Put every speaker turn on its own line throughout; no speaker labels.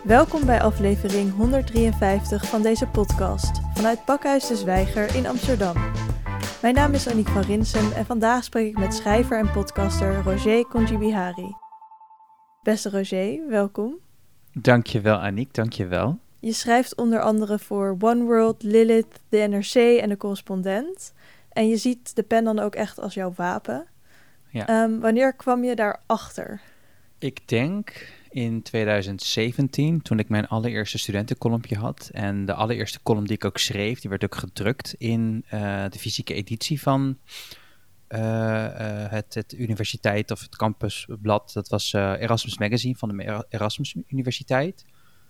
Welkom bij aflevering 153 van deze podcast vanuit Pakhuis de Zwijger in Amsterdam. Mijn naam is Aniek van Rinsen en vandaag spreek ik met schrijver en podcaster Roger Conjibihari. Beste Roger, welkom.
Dankjewel Aniek, dankjewel.
Je schrijft onder andere voor One World, Lilith, de NRC en de Correspondent. En je ziet de pen dan ook echt als jouw wapen.
Ja.
Wanneer kwam je daarachter?
Ik denk in 2017, toen ik mijn allereerste studentencolumnje had. En de allereerste column die ik ook schreef, die werd ook gedrukt in de fysieke editie van het universiteit of het campusblad. Dat was Erasmus Magazine van de Erasmus Universiteit.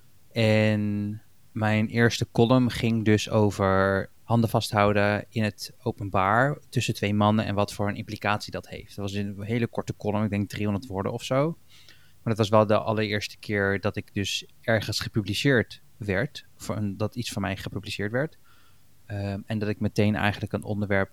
En mijn eerste column ging dus over handen vasthouden in het openbaar tussen twee mannen en wat voor een implicatie dat heeft. Dat was een hele korte column, ik denk 300 woorden of zo. Maar dat was wel de allereerste keer dat ik dus ergens gepubliceerd werd, dat iets van mij gepubliceerd werd. En dat ik meteen eigenlijk een onderwerp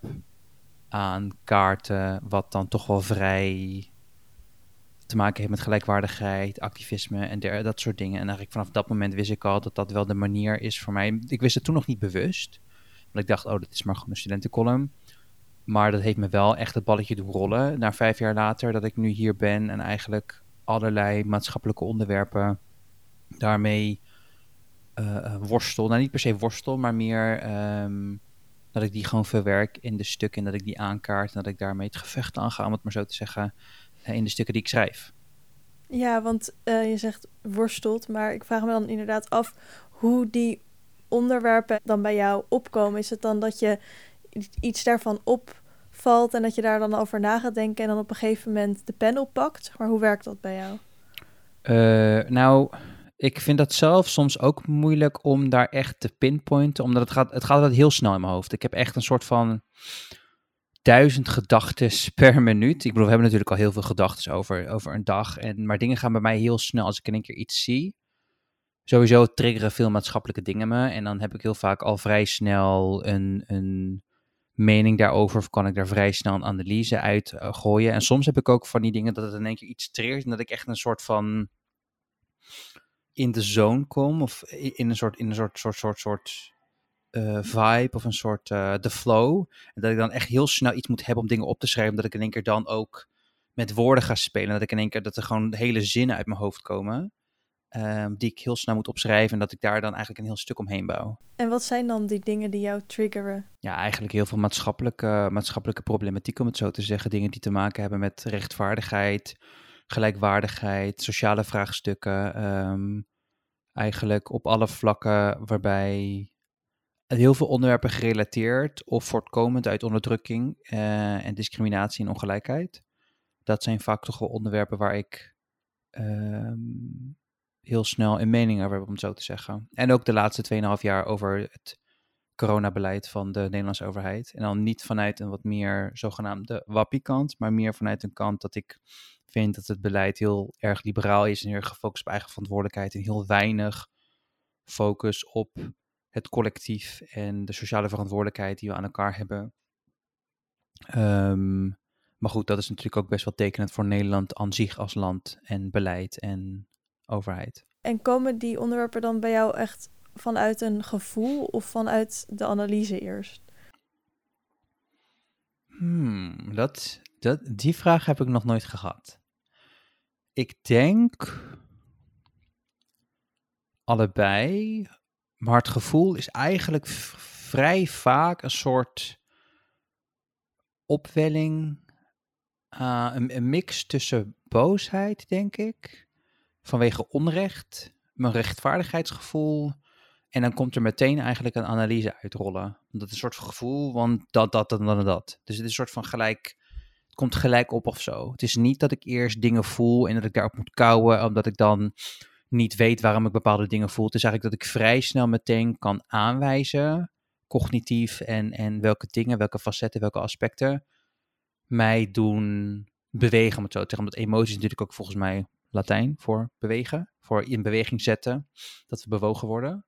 aankaartte wat dan toch wel vrij te maken heeft met gelijkwaardigheid, activisme en dat soort dingen. En eigenlijk vanaf dat moment wist ik al dat dat wel de manier is voor mij. Ik wist het toen nog niet bewust. Want ik dacht, dat is maar gewoon een studentencolumn. Maar dat heeft me wel echt het balletje doen rollen. Na 5 jaar later dat ik nu hier ben en eigenlijk allerlei maatschappelijke onderwerpen daarmee worstel. Nou, niet per se worstel, maar meer dat ik die gewoon verwerk in de stukken en dat ik die aankaart en dat ik daarmee het gevecht aanga, om het maar zo te zeggen, in de stukken die ik schrijf.
Ja, want je zegt worstelt, maar ik vraag me dan inderdaad af hoe die onderwerpen dan bij jou opkomen. Is het dan dat je iets daarvan opvalt en dat je daar dan over na gaat denken en dan op een gegeven moment de pen oppakt? Maar hoe werkt dat bij jou?
Nou, ik vind dat zelf soms ook moeilijk om daar echt te pinpointen, omdat het gaat altijd heel snel in mijn hoofd. Ik heb echt een soort van 1000 gedachten per minuut. Ik bedoel, we hebben natuurlijk al heel veel gedachten over een dag. Maar dingen gaan bij mij heel snel als ik in één keer iets zie. Sowieso triggeren veel maatschappelijke dingen me. En dan heb ik heel vaak al vrij snel een mening daarover. Of kan ik daar vrij snel een analyse uit gooien. En soms heb ik ook van die dingen dat het in één keer iets triggert. En dat ik echt een soort van in de zone kom. Of in een soort vibe of een soort de flow. En dat ik dan echt heel snel iets moet hebben om dingen op te schrijven. Dat ik in één keer dan ook met woorden ga spelen. Dat ik in één keer dat er gewoon hele zinnen uit mijn hoofd komen. Die ik heel snel moet opschrijven. En dat ik daar dan eigenlijk een heel stuk omheen bouw.
En wat zijn dan die dingen die jou triggeren?
Ja, eigenlijk heel veel maatschappelijke problematiek, om het zo te zeggen. Dingen die te maken hebben met rechtvaardigheid, gelijkwaardigheid, sociale vraagstukken. Eigenlijk op alle vlakken waarbij heel veel onderwerpen gerelateerd of voortkomend uit onderdrukking en discriminatie en ongelijkheid. Dat zijn vaak toch wel onderwerpen waar ik heel snel een mening over heb, om het zo te zeggen. En ook de laatste 2,5 jaar over het coronabeleid van de Nederlandse overheid. En dan niet vanuit een wat meer zogenaamde wappie-kant, maar meer vanuit een kant dat ik vind dat het beleid heel erg liberaal is en heel erg gefocust op eigen verantwoordelijkheid en heel weinig focus op het collectief en de sociale verantwoordelijkheid die we aan elkaar hebben. Maar goed, dat is natuurlijk ook best wel tekenend voor Nederland aan zich als land en beleid en overheid.
En komen die onderwerpen dan bij jou echt vanuit een gevoel of vanuit de analyse eerst?
Die vraag heb ik nog nooit gehad. Ik denk allebei, maar het gevoel is eigenlijk vrij vaak een soort opwelling, een mix tussen boosheid, denk ik, vanwege onrecht, mijn rechtvaardigheidsgevoel, en dan komt er meteen eigenlijk een analyse uitrollen. Dat is een soort van gevoel, want dat en dat. Dus het is een soort van gelijk, het komt gelijk op of zo. Het is niet dat ik eerst dingen voel en dat ik daarop moet kouwen, omdat ik dan niet weet waarom ik bepaalde dingen voel. Het is eigenlijk dat ik vrij snel meteen kan aanwijzen, cognitief, en welke dingen, welke facetten, welke aspecten mij doen bewegen, om het zo te zeggen. Omdat emoties natuurlijk ook volgens mij Latijn voor bewegen, voor in beweging zetten, dat we bewogen worden.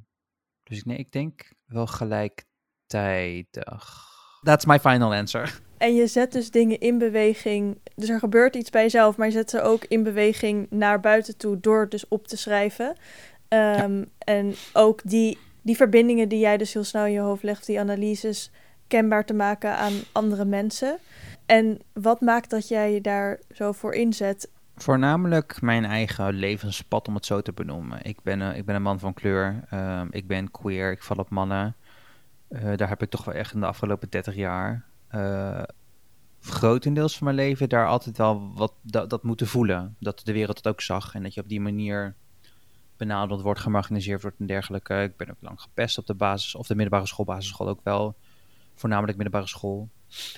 Dus ik denk wel gelijktijdig. That's my final answer.
En je zet dus dingen in beweging. Dus er gebeurt iets bij jezelf, maar je zet ze ook in beweging naar buiten toe door het dus op te schrijven. En ook die verbindingen die jij dus heel snel in je hoofd legt, die analyses kenbaar te maken aan andere mensen. En wat maakt dat jij je daar zo voor inzet?
Voornamelijk mijn eigen levenspad, om het zo te benoemen. Ik ben een man van kleur. Ik ben queer. Ik val op mannen. Daar heb ik toch wel echt in de afgelopen 30 jaar... grotendeels van mijn leven daar altijd wel wat dat moeten voelen. Dat de wereld het ook zag. En dat je op die manier benadeeld wordt, gemarginaliseerd wordt en dergelijke. Ik ben ook lang gepest op de basis... of de middelbare school, basisschool ook wel. Voornamelijk middelbare school.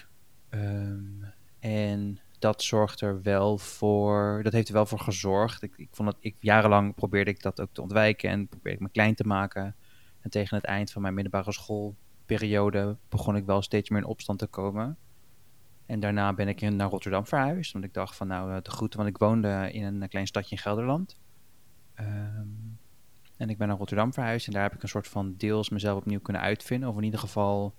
En dat zorgt er wel voor... Dat heeft er wel voor gezorgd. Jarenlang probeerde ik dat ook te ontwijken en probeerde ik me klein te maken. En tegen het eind van mijn middelbare schoolperiode begon ik wel steeds meer in opstand te komen. En daarna ben ik naar Rotterdam verhuisd. Want ik dacht van de groeten, want ik woonde in een klein stadje in Gelderland. En ik ben naar Rotterdam verhuisd en daar heb ik een soort van deels mezelf opnieuw kunnen uitvinden. Of in ieder geval...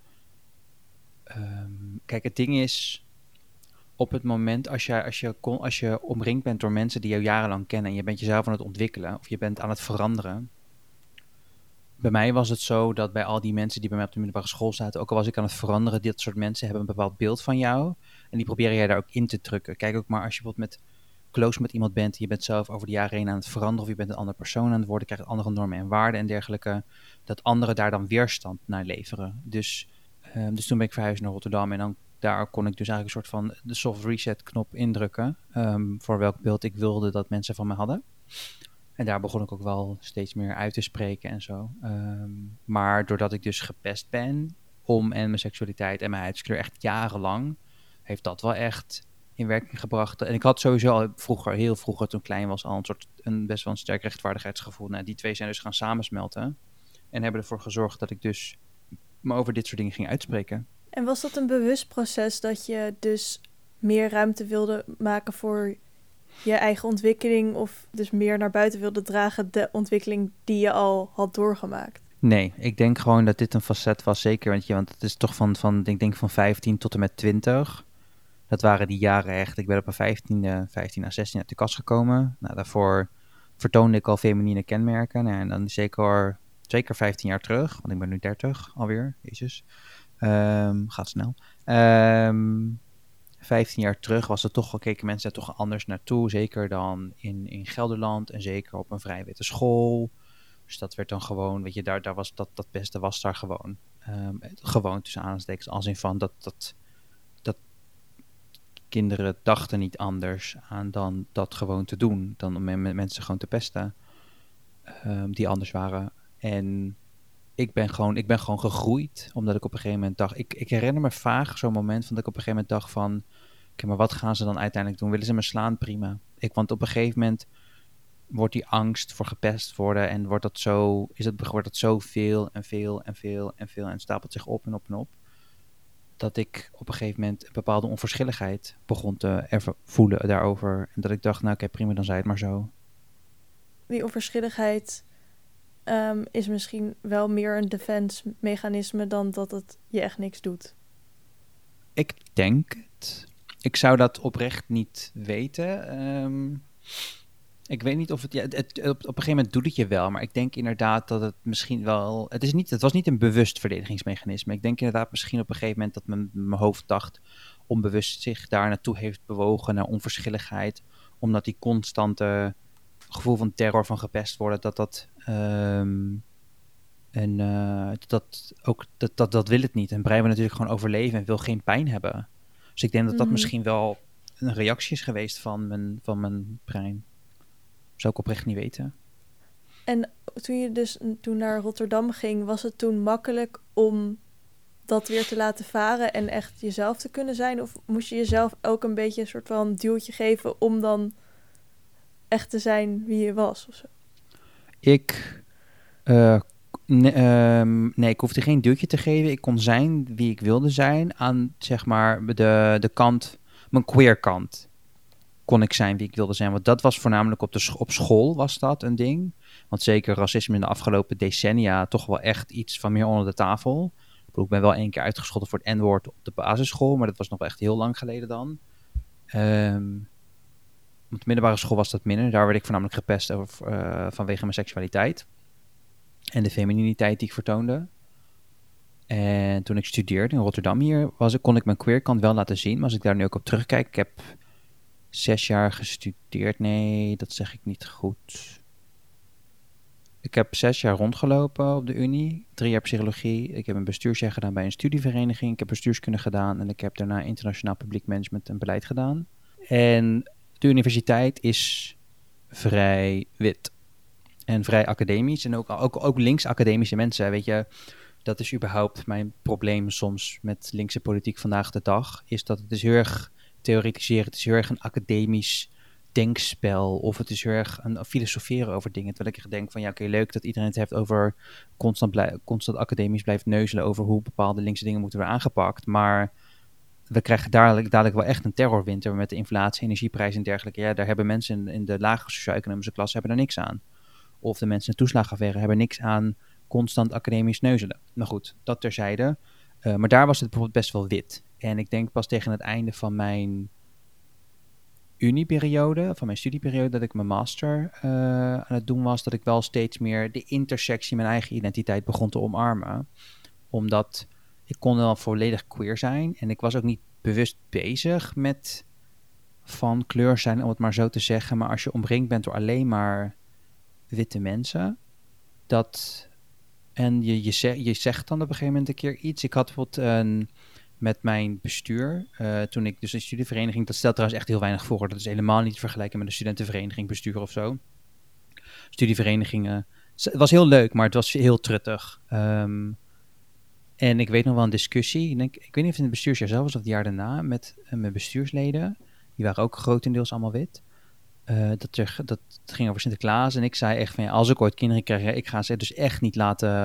kijk, het ding is... Op het moment als je omringd bent door mensen die jou jarenlang kennen en je bent jezelf aan het ontwikkelen of je bent aan het veranderen. Bij mij was het zo dat bij al die mensen die bij mij op de middelbare school zaten, ook al was ik aan het veranderen, dit soort mensen hebben een bepaald beeld van jou en die proberen jij daar ook in te drukken. Kijk ook maar als je bijvoorbeeld close met iemand bent en je bent zelf over de jaren heen aan het veranderen of je bent een andere persoon aan het worden, krijgt andere normen en waarden en dergelijke, dat anderen daar dan weerstand naar leveren. Dus toen ben ik verhuisd naar Rotterdam en dan daar kon ik dus eigenlijk een soort van de soft reset knop indrukken. Voor welk beeld ik wilde dat mensen van me hadden. En daar begon ik ook wel steeds meer uit te spreken en zo. Maar doordat ik dus gepest ben en mijn seksualiteit en mijn huidskleur echt jarenlang, heeft dat wel echt in werking gebracht. En ik had sowieso al heel vroeger toen ik klein was al best wel een sterk rechtvaardigheidsgevoel. Nou, die twee zijn dus gaan samensmelten. En hebben ervoor gezorgd dat ik dus me over dit soort dingen ging uitspreken.
En was dat een bewust proces dat je dus meer ruimte wilde maken voor je eigen ontwikkeling of dus meer naar buiten wilde dragen de ontwikkeling die je al had doorgemaakt?
Nee, ik denk gewoon dat dit een facet was, zeker. Want het is toch ik denk van 15 tot en met 20. Dat waren die jaren echt. Ik ben op mijn 15 à 16 uit de kast gekomen. Nou, daarvoor vertoonde ik al feminine kenmerken. Nou, en dan zeker 15 jaar terug, want ik ben nu 30 alweer. Jezus. Gaat snel. 15 jaar terug was het toch wel, keken mensen daar toch anders naartoe. Zeker dan in Gelderland en zeker op een vrij witte school. Dus dat werd dan gewoon, weet je, daar was dat beste was daar gewoon. Gewoon tussen aanhalingstekens, als in van dat kinderen dachten niet anders aan dan dat gewoon te doen. Dan om met mensen gewoon te pesten die anders waren. En ik ben gewoon gegroeid, omdat ik op een gegeven moment dacht... Ik herinner me vaag zo'n moment van dat ik op een gegeven moment dacht van... Oké, maar wat gaan ze dan uiteindelijk doen? Willen ze me slaan? Prima. Want op een gegeven moment wordt die angst voor gepest worden... en wordt dat zo veel en veel en veel en veel... en stapelt zich op en op en op... dat ik op een gegeven moment een bepaalde onverschilligheid begon te voelen daarover. En dat ik dacht, nou oké, prima, dan zei het maar zo.
Die onverschilligheid... is misschien wel meer een defense mechanisme dan dat het je echt niks doet.
Ik denk het. Ik zou dat oprecht niet weten. Ik weet niet of het... op een gegeven moment doet het je wel, maar ik denk inderdaad dat het misschien wel... Het was niet een bewust verdedigingsmechanisme. Ik denk inderdaad misschien op een gegeven moment dat mijn hoofd dacht... onbewust zich daar naartoe heeft bewogen, naar onverschilligheid. Omdat die constante gevoel van terror, van gepest worden, dat wil het niet. En brein wil natuurlijk gewoon overleven en wil geen pijn hebben. Dus ik denk dat dat misschien wel een reactie is geweest van mijn brein. Zou ik oprecht niet weten.
En toen je dus naar Rotterdam ging, was het toen makkelijk om dat weer te laten varen en echt jezelf te kunnen zijn? Of moest je jezelf ook een beetje een soort van duwtje geven om dan echt te zijn wie je was of zo?
Nee, ik hoefde geen duwtje te geven. Ik kon zijn wie ik wilde zijn. Aan, zeg maar, de kant, mijn queer kant, kon ik zijn wie ik wilde zijn. Want dat was voornamelijk op school was dat een ding. Want zeker racisme in de afgelopen decennia toch wel echt iets van meer onder de tafel. Ik ben wel 1 keer uitgescholden voor het N-woord op de basisschool, maar dat was nog wel echt heel lang geleden dan. Op de middelbare school was dat minder. Daar werd ik voornamelijk gepest vanwege mijn seksualiteit. En de femininiteit die ik vertoonde. En toen ik studeerde in Rotterdam hier, kon ik mijn queer kant wel laten zien. Maar als ik daar nu ook op terugkijk, ik heb 6 jaar gestudeerd. Nee, dat zeg ik niet goed. Ik heb 6 jaar rondgelopen op de Unie. 3 jaar psychologie. Ik heb een bestuursjaar gedaan bij een studievereniging. Ik heb bestuurskunde gedaan. En ik heb daarna internationaal publiek management en beleid gedaan. En de universiteit is vrij wit. En vrij academisch. En ook links academische mensen, weet je. Dat is überhaupt mijn probleem soms met linkse politiek vandaag de dag. Is dat het is heel erg theoretiseren. Het is heel erg een academisch denkspel. Of het is heel erg een filosoferen over dingen. Terwijl ik echt denk van ja, oké, leuk dat iedereen het heeft over constant academisch blijft neuzelen over hoe bepaalde linkse dingen moeten worden aangepakt. Maar we krijgen dadelijk wel echt een terrorwinter met de inflatie, energieprijzen en dergelijke. Ja, daar hebben mensen in de lagere socio-economische klasse hebben er niks aan. Of de mensen in toeslagenaffaire hebben niks aan constant academisch neuzelen. Nou goed, dat terzijde. Maar daar was het bijvoorbeeld best wel wit. En ik denk pas tegen het einde van mijn unieperiode, van mijn studieperiode, dat ik mijn master aan het doen was, dat ik wel steeds meer de intersectie mijn eigen identiteit begon te omarmen. Omdat ik kon wel volledig queer zijn en ik was ook niet bewust bezig met van kleur zijn, om het maar zo te zeggen. Maar als je omringd bent door alleen maar witte mensen, en je zegt dan op een gegeven moment een keer iets. Ik had bijvoorbeeld met mijn bestuur, toen ik dus een studievereniging, dat stelt trouwens echt heel weinig voor. Dat is helemaal niet te vergelijken met een studentenvereniging, bestuur of zo. Studieverenigingen, het was heel leuk, maar het was heel truttig. En ik weet nog wel een discussie, ik weet niet of het in het bestuursjaar zelf was of het jaar daarna, met mijn bestuursleden. Die waren ook grotendeels allemaal wit. Dat ging over Sinterklaas en ik zei echt van ja, als ik ooit kinderen krijg, ik ga ze dus echt niet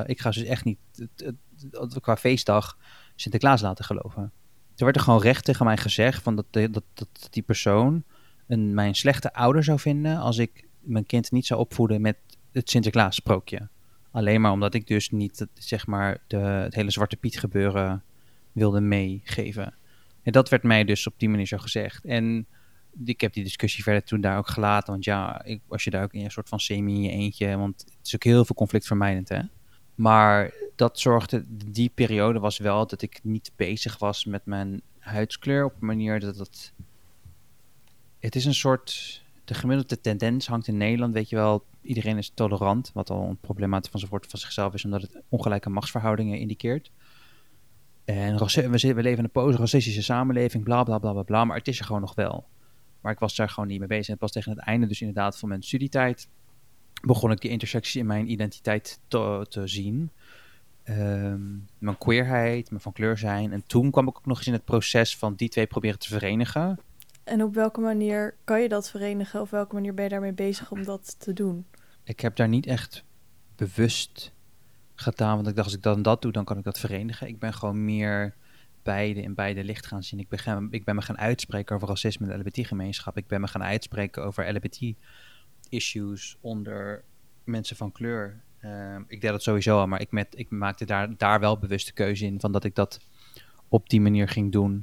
qua feestdag Sinterklaas laten geloven. Er werd er gewoon recht tegen mij gezegd van dat die persoon mij een slechte ouder zou vinden als ik mijn kind niet zou opvoeden met het Sinterklaas sprookje. Alleen maar omdat ik dus niet het hele Zwarte Piet gebeuren wilde meegeven. En dat werd mij dus op die manier zo gezegd. En ik heb die discussie verder toen daar ook gelaten. Want ja, was je daar ook in een soort van semi in je eentje. Want het is ook heel veel conflictvermijdend, hè. Maar die periode was wel dat ik niet bezig was met mijn huidskleur. Op een manier het is een soort, de gemiddelde tendens hangt in Nederland, weet je wel. Iedereen is tolerant, wat al een problematisch van zichzelf is, omdat het ongelijke machtsverhoudingen indikeert. En we leven in een post-racistische samenleving, bla bla bla bla bla. Maar het is er gewoon nog wel. Maar ik was daar gewoon niet mee bezig. En pas tegen het einde, dus inderdaad van mijn studietijd, begon ik die intersectie in mijn identiteit te zien. Mijn queerheid, mijn van kleur zijn. En toen kwam ik ook nog eens in het proces van die twee proberen te verenigen.
En op welke manier kan je dat verenigen? Of welke manier ben je daarmee bezig om dat te doen?
Ik heb daar niet echt bewust gedaan. Want ik dacht, als ik dan dat doe, dan kan ik dat verenigen. Ik ben gewoon meer in beide licht gaan zien. Ik ben me gaan uitspreken over racisme in de LGBT-gemeenschap. Ik ben me gaan uitspreken over LGBT-issues onder mensen van kleur. Ik deed dat sowieso al, maar ik maakte daar wel bewuste keuze in van dat ik dat op die manier ging doen.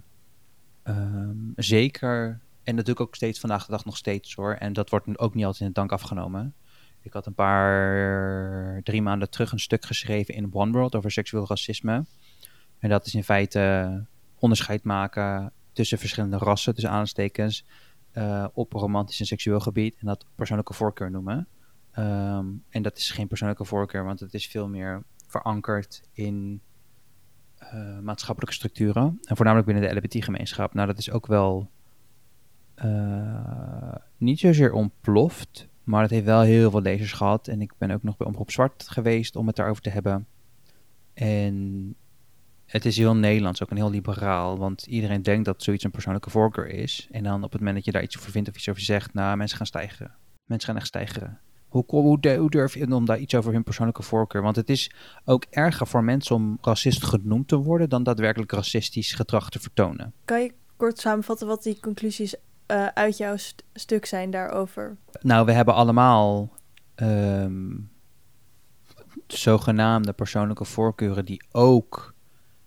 Zeker, en dat doe ik ook steeds vandaag de dag nog steeds hoor. En dat wordt ook niet altijd in het dank afgenomen. Ik had 3 maanden terug een stuk geschreven in One World over seksueel racisme. En dat is in feite onderscheid maken tussen verschillende rassen, tussen aanstekens, op romantisch en seksueel gebied. En dat persoonlijke voorkeur noemen. En dat is geen persoonlijke voorkeur, want het is veel meer verankerd in maatschappelijke structuren. En voornamelijk binnen de LGBT-gemeenschap. Nou, dat is ook wel niet zozeer ontploft, maar het heeft wel heel veel lezers gehad. En ik ben ook nog bij Omroep Zwart geweest om het daarover te hebben. En het is heel Nederlands, ook een heel liberaal. Want iedereen denkt dat zoiets een persoonlijke voorkeur is. En dan op het moment dat je daar iets over vindt of iets over zegt, nou, mensen gaan stijgeren. Mensen gaan echt stijgeren. Hoe durf je om daar iets over hun persoonlijke voorkeur? Want het is ook erger voor mensen om racist genoemd te worden dan daadwerkelijk racistisch gedrag te vertonen.
Kan je kort samenvatten wat die conclusies uit jouw stuk zijn daarover?
Nou, we hebben allemaal zogenaamde persoonlijke voorkeuren die ook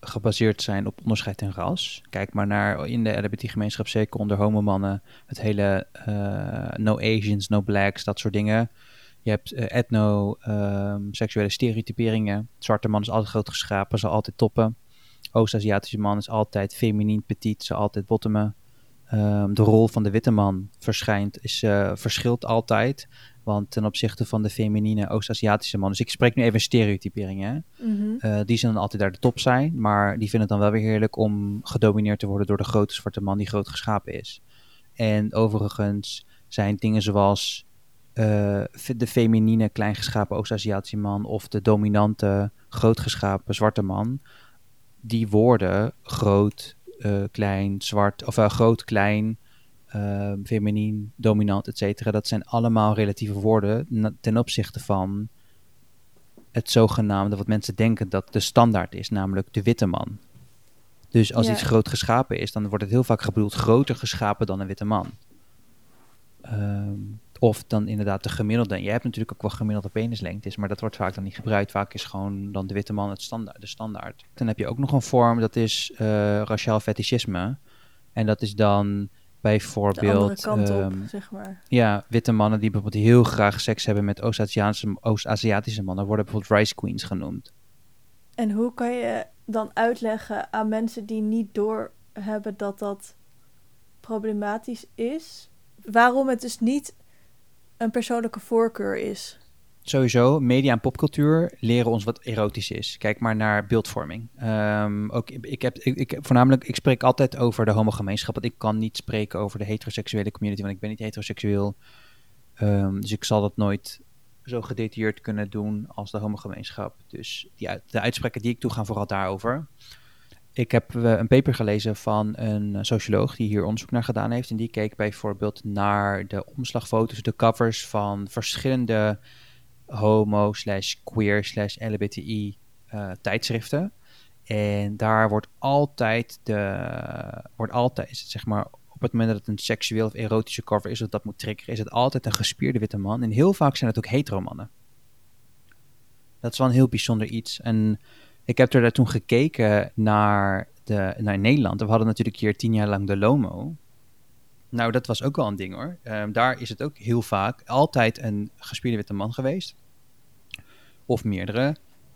gebaseerd zijn op onderscheid en ras. Kijk maar naar in de LGBT-gemeenschap, zeker onder homomannen, het hele no Asians, no blacks, dat soort dingen. Je hebt seksuele stereotyperingen. Zwarte man is altijd groot geschapen, zal altijd toppen. Oost-Aziatische man is altijd feminien, petit, zal altijd bottomen. De rol van de witte man verschilt altijd. Want ten opzichte van de feminine Oost-Aziatische man, dus ik spreek nu even stereotyperingen, die zullen dan altijd daar de top zijn, maar die vinden het dan wel weer heerlijk om gedomineerd te worden door de grote zwarte man die groot geschapen is. En overigens zijn dingen zoals de feminine klein-geschapen Oost-Aziatische man of de dominante groot-geschapen zwarte man, die worden groot, klein, zwart, of groot, klein, feminien, dominant, et cetera. Dat zijn allemaal relatieve woorden ten opzichte van het zogenaamde, wat mensen denken dat de standaard is, namelijk de witte man. Dus als iets groot geschapen is, dan wordt het heel vaak bedoeld groter geschapen dan een witte man. Of dan inderdaad de gemiddelde. Je hebt natuurlijk ook wel gemiddelde penislengtes, maar dat wordt vaak dan niet gebruikt. Vaak is gewoon dan de witte man de standaard. Dan heb je ook nog een vorm, dat is raciaal fetischisme. En dat is dan bijvoorbeeld
de andere kant op, zeg maar.
Ja, witte mannen die bijvoorbeeld heel graag seks hebben met Oost-Aziatische mannen, worden bijvoorbeeld rice queens genoemd.
En hoe kan je dan uitleggen aan mensen die niet doorhebben dat dat problematisch is, waarom het dus niet een persoonlijke voorkeur is?
Sowieso, media en popcultuur leren ons wat erotisch is. Kijk maar naar beeldvorming. Ik spreek altijd over de homogemeenschap, want ik kan niet spreken over de heteroseksuele community, want ik ben niet heteroseksueel. Dus ik zal dat nooit zo gedetailleerd kunnen doen als de homogemeenschap. Dus de uitspraken die ik doe gaan vooral daarover. Ik heb een paper gelezen van een socioloog die hier onderzoek naar gedaan heeft. En die keek bijvoorbeeld naar de omslagfoto's, de covers van verschillende homo/queer/LBTI tijdschriften. En daar wordt altijd zeg maar, op het moment dat het een seksueel of erotische cover is, of dat moet triggeren, is het altijd een gespierde witte man. En heel vaak zijn het ook hetero-mannen. Dat is wel een heel bijzonder iets. En ik heb er daar toen gekeken naar Nederland. We hadden natuurlijk hier 10 jaar lang de LOMO. Nou, dat was ook wel een ding hoor. Daar is het ook heel vaak altijd een gespierde witte man geweest. Of meerdere.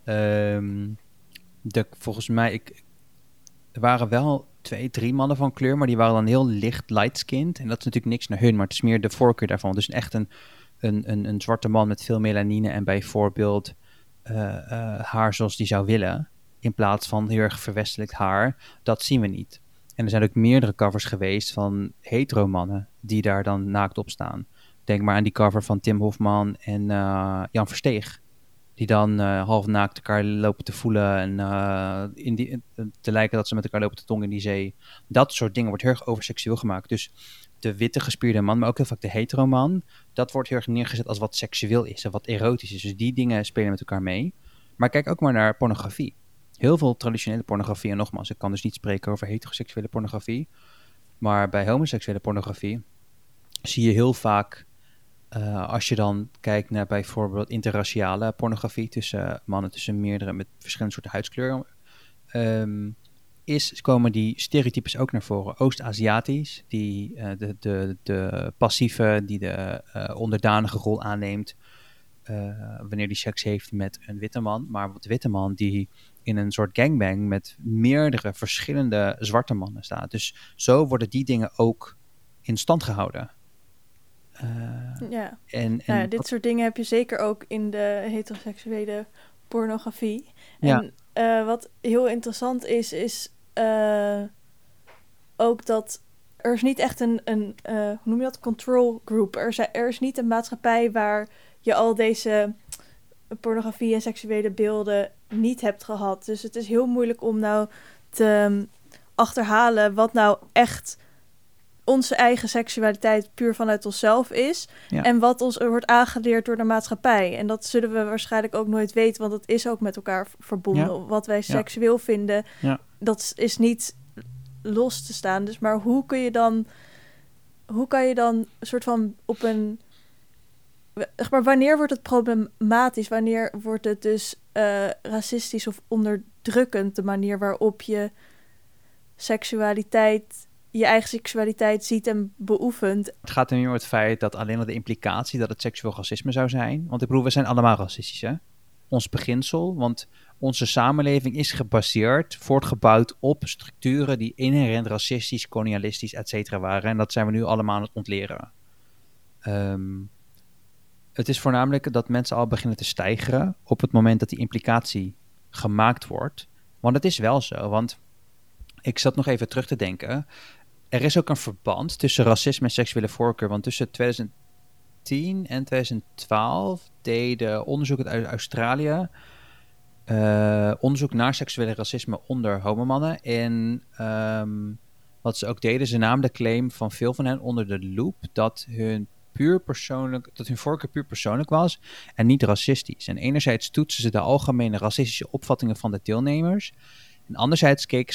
Volgens mij, er waren wel 2-3 mannen van kleur, maar die waren dan heel licht light-skinned. En dat is natuurlijk niks naar hun, maar het is meer de voorkeur daarvan. Dus echt een zwarte man met veel melanine en bijvoorbeeld haar zoals die zou willen, in plaats van heel erg verwestelijkt haar. Dat zien we niet. En er zijn ook meerdere covers geweest van hetero-mannen die daar dan naakt op staan. Denk maar aan die cover van Tim Hofman en Jan Versteeg. Die dan half naakt elkaar lopen te voelen en te lijken dat ze met elkaar lopen te tongen in die zee. Dat soort dingen wordt heel erg overseksueel gemaakt. Dus de witte gespierde man, maar ook heel vaak de hetero man, dat wordt heel erg neergezet als wat seksueel is en wat erotisch is. Dus die dingen spelen met elkaar mee. Maar kijk ook maar naar pornografie. Heel veel traditionele pornografie, en nogmaals, ik kan dus niet spreken over heteroseksuele pornografie, maar bij homoseksuele pornografie zie je heel vaak, als je dan kijkt naar bijvoorbeeld interraciale pornografie tussen mannen, tussen meerdere met verschillende soorten huidskleur, komen die stereotypes ook naar voren. Oost-Aziatisch, die de passieve, die de onderdanige rol aanneemt wanneer die seks heeft met een witte man. Maar de witte man die in een soort gangbang met meerdere verschillende zwarte mannen staat. Dus zo worden die dingen ook in stand gehouden.
Dit soort dingen heb je zeker ook in de heteroseksuele pornografie.
Ja.
En wat heel interessant is ook dat er is niet echt een hoe noem je dat, control group. Er is niet een maatschappij waar je al deze pornografie en seksuele beelden niet hebt gehad. Dus het is heel moeilijk om nou te achterhalen wat nou echt onze eigen seksualiteit puur vanuit onszelf is. Ja. En wat ons wordt aangeleerd door de maatschappij. En dat zullen we waarschijnlijk ook nooit weten, want het is ook met elkaar verbonden. Ja. Wat wij seksueel vinden, dat is niet los te staan. Dus maar hoe kan je dan een soort van op een... Maar wanneer wordt het problematisch? Wanneer wordt het dus racistisch of drukkend, de manier waarop je je eigen seksualiteit ziet en beoefent.
Het gaat er niet om het feit dat alleen al de implicatie dat het seksueel racisme zou zijn. Want ik bedoel, we zijn allemaal racistisch, hè? Ons beginsel, want onze samenleving is gebaseerd, voortgebouwd op structuren die inherent racistisch, kolonialistisch, et cetera waren. En dat zijn we nu allemaal aan het ontleren. Het is voornamelijk dat mensen al beginnen te steigeren op het moment dat die implicatie gemaakt wordt. Want het is wel zo, want ik zat nog even terug te denken. Er is ook een verband tussen racisme en seksuele voorkeur. Want tussen 2010 en 2012 deden onderzoeken uit Australië onderzoek naar seksuele racisme onder homomannen. En wat ze ook deden, ze namen de claim van veel van hen onder de loep dat hun voorkeur puur persoonlijk was en niet racistisch. En enerzijds toetsen ze de algemene racistische opvattingen van de deelnemers. En anderzijds keken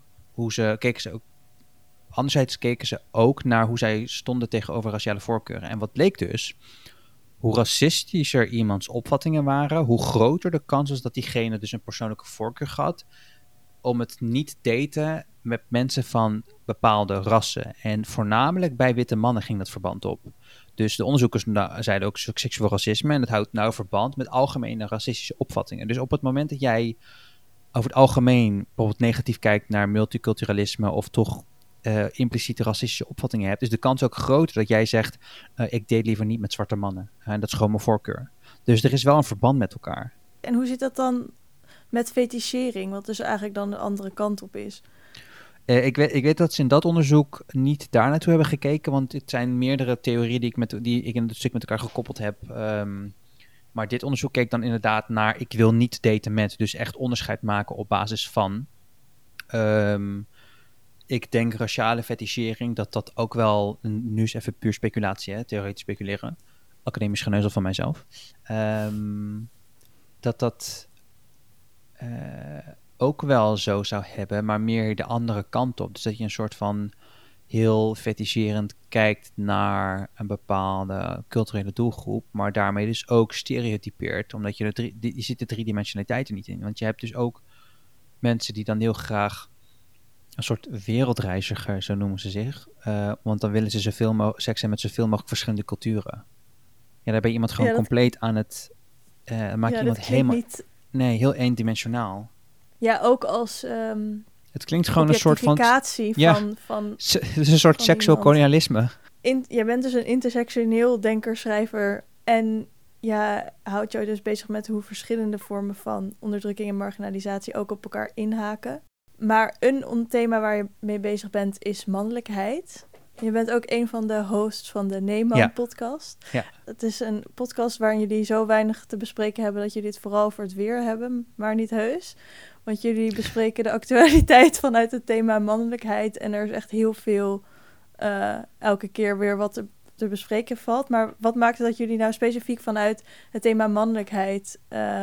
ze ook naar hoe zij stonden tegenover raciale voorkeuren. En wat bleek dus, hoe racistischer iemands opvattingen waren, hoe groter de kans was dat diegene dus een persoonlijke voorkeur had om het niet daten met mensen van bepaalde rassen. En voornamelijk bij witte mannen ging dat verband op. Dus de onderzoekers zeiden ook seksueel racisme en het houdt nauw verband met algemene racistische opvattingen. Dus op het moment dat jij over het algemeen bijvoorbeeld negatief kijkt naar multiculturalisme of toch impliciete racistische opvattingen hebt, is de kans ook groter dat jij zegt, ik date liever niet met zwarte mannen. En dat is gewoon mijn voorkeur. Dus er is wel een verband met elkaar.
En hoe zit dat dan met fetischering, wat dus eigenlijk dan de andere kant op is?
Ik weet dat ze in dat onderzoek niet daar naartoe hebben gekeken, want het zijn meerdere theorieën die ik in het stuk met elkaar gekoppeld heb. Maar dit onderzoek keek dan inderdaad naar, ik wil niet daten met, dus echt onderscheid maken op basis van. Ik denk raciale fetischering, dat ook wel, nu is even puur speculatie, hè, theoretisch speculeren, academisch geneuzel van mijzelf, dat ook wel zo zou hebben, maar meer de andere kant op. Dus dat je een soort van heel fetischerend kijkt naar een bepaalde culturele doelgroep, maar daarmee dus ook stereotypeert, omdat je ziet de driedimensionaliteit er niet in. Want je hebt dus ook mensen die dan heel graag een soort wereldreiziger, zo noemen ze zich, want dan willen ze seks hebben met zoveel mogelijk verschillende culturen. Ja, daar ben je iemand gewoon compleet aan het maakt iemand helemaal
niet...
Nee, heel eendimensionaal.
Ja, ook als
het klinkt gewoon een soort van
van
het is een soort seksueel kolonialisme.
Jij bent dus een intersectioneel denker, schrijver en ja, houdt jou dus bezig met hoe verschillende vormen van onderdrukking en marginalisatie ook op elkaar inhaken. Maar een thema waar je mee bezig bent is mannelijkheid. Je bent ook een van de hosts van de Neeman-podcast.
Ja.
Het is een podcast waarin jullie zo weinig te bespreken hebben dat jullie het vooral over het weer hebben, maar niet heus. Want jullie bespreken de actualiteit vanuit het thema mannelijkheid en er is echt heel veel elke keer weer wat te bespreken valt. Maar wat maakt het dat jullie nou specifiek vanuit het thema mannelijkheid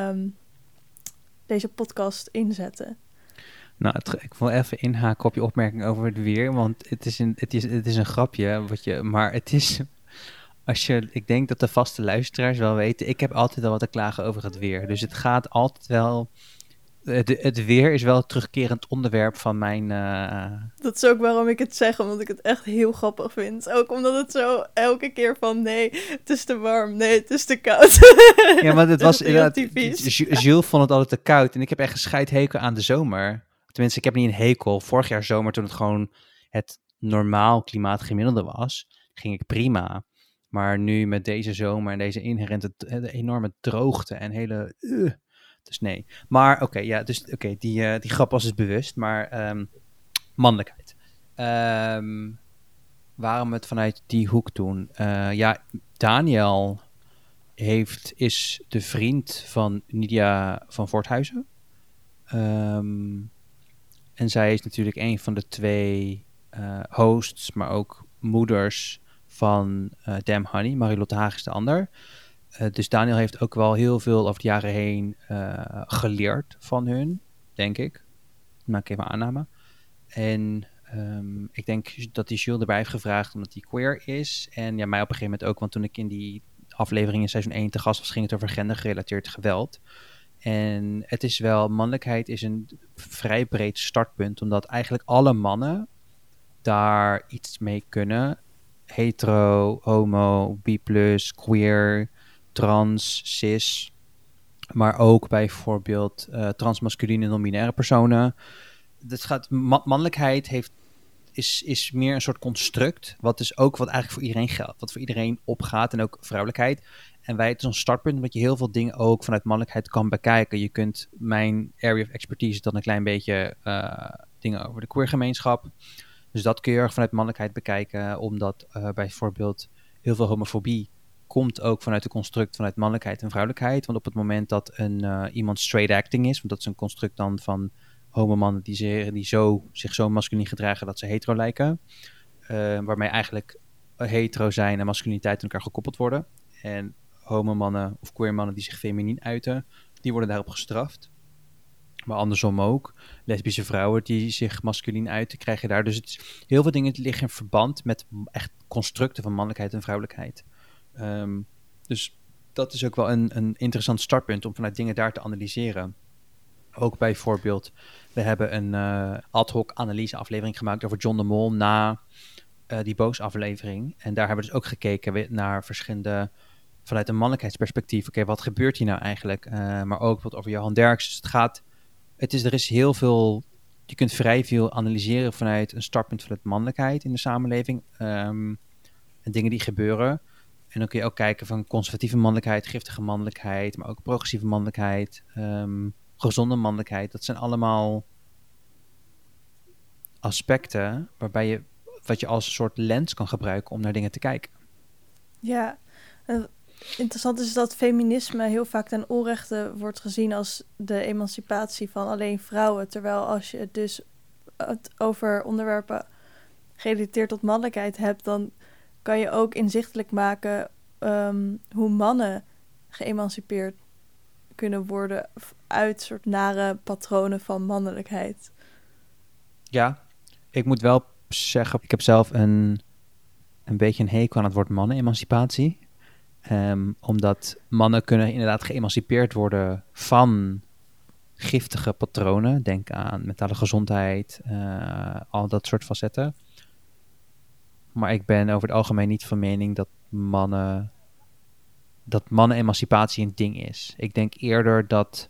deze podcast inzetten?
Nou, ik wil even inhaken op je opmerking over het weer, want het is een grapje, maar het is, ik denk dat de vaste luisteraars wel weten, ik heb altijd wel wat te klagen over het weer. Dus het gaat altijd wel, het weer is wel het terugkerend onderwerp van mijn...
Dat is ook waarom ik het zeg, omdat ik het echt heel grappig vind. Ook omdat het zo elke keer van, nee, het is te warm, nee, het is te koud.
Ja, want het was inderdaad, Jules vond het altijd te koud en ik heb echt een scheidhekel aan de zomer. Tenminste, ik heb niet een hekel. Vorig jaar zomer, toen het gewoon het normaal klimaatgemiddelde was, ging ik prima. Maar nu met deze zomer en deze inherente enorme droogte en hele... dus nee. Maar oké, die grap was dus bewust. Maar mannelijkheid. Waarom we het vanuit die hoek doen? Daniel is de vriend van Nidia van Voorthuizen. En zij is natuurlijk een van de twee hosts, maar ook moeders van Damn Honey. Marilotte Haag is de ander. Dus Daniel heeft ook wel heel veel over de jaren heen geleerd van hun, denk ik. Maak ik even aanname. En ik denk dat hij Jules erbij heeft gevraagd omdat hij queer is. En ja, mij op een gegeven moment ook, want toen ik in die aflevering in seizoen 1 te gast was, ging het over gendergerelateerd geweld. En het is wel, mannelijkheid is een vrij breed startpunt, omdat eigenlijk alle mannen daar iets mee kunnen. Hetero, homo, bi+, queer, trans, cis. Maar ook bijvoorbeeld transmasculine non-binaire personen. Mannelijkheid is meer een soort construct. Wat eigenlijk voor iedereen geldt. Wat voor iedereen opgaat en ook vrouwelijkheid. En het is een startpunt omdat je heel veel dingen ook vanuit mannelijkheid kan bekijken. Je kunt mijn area of expertise dan een klein beetje dingen over de queer gemeenschap. Dus dat kun je erg vanuit mannelijkheid bekijken. Omdat bijvoorbeeld heel veel homofobie komt ook vanuit de construct vanuit mannelijkheid en vrouwelijkheid. Want op het moment dat iemand straight acting is, want dat is een construct dan van homomannen die zich zo masculin gedragen dat ze hetero lijken. Waarmee eigenlijk hetero zijn en masculiniteit aan elkaar gekoppeld worden. En homomannen of queer mannen die zich feminien uiten, die worden daarop gestraft. Maar andersom ook. Lesbische vrouwen die zich masculin uiten, krijgen daar. Dus heel veel dingen liggen in verband met echt constructen van mannelijkheid en vrouwelijkheid. Dus dat is ook wel een interessant startpunt om vanuit dingen daar te analyseren. Ook bijvoorbeeld, we hebben een ad hoc analyseaflevering gemaakt over John de Mol na die Boos-aflevering. En daar hebben we dus ook gekeken naar verschillende, vanuit een mannelijkheidsperspectief. Oké, wat gebeurt hier nou eigenlijk? Maar ook wat over Johan Derksen. Dus er is heel veel, je kunt vrij veel analyseren vanuit een startpunt vanuit mannelijkheid in de samenleving. En dingen die gebeuren. En dan kun je ook kijken van conservatieve mannelijkheid, giftige mannelijkheid, maar ook progressieve mannelijkheid, gezonde mannelijkheid. Dat zijn allemaal aspecten wat je als een soort lens kan gebruiken om naar dingen te kijken.
Ja, interessant is dat feminisme heel vaak ten onrechte wordt gezien als de emancipatie van alleen vrouwen. Terwijl als je het over onderwerpen gerelateerd tot mannelijkheid hebt, dan kan je ook inzichtelijk maken hoe mannen geëmancipeerd kunnen worden uit soort nare patronen van mannelijkheid.
Ja, ik moet wel zeggen, ik heb zelf een beetje een hekel aan het woord mannen-emancipatie. Omdat mannen kunnen inderdaad geëmancipeerd worden van giftige patronen. Denk aan mentale gezondheid, al dat soort facetten. Maar ik ben over het algemeen niet van mening dat mannen-emancipatie een ding is. Ik denk eerder dat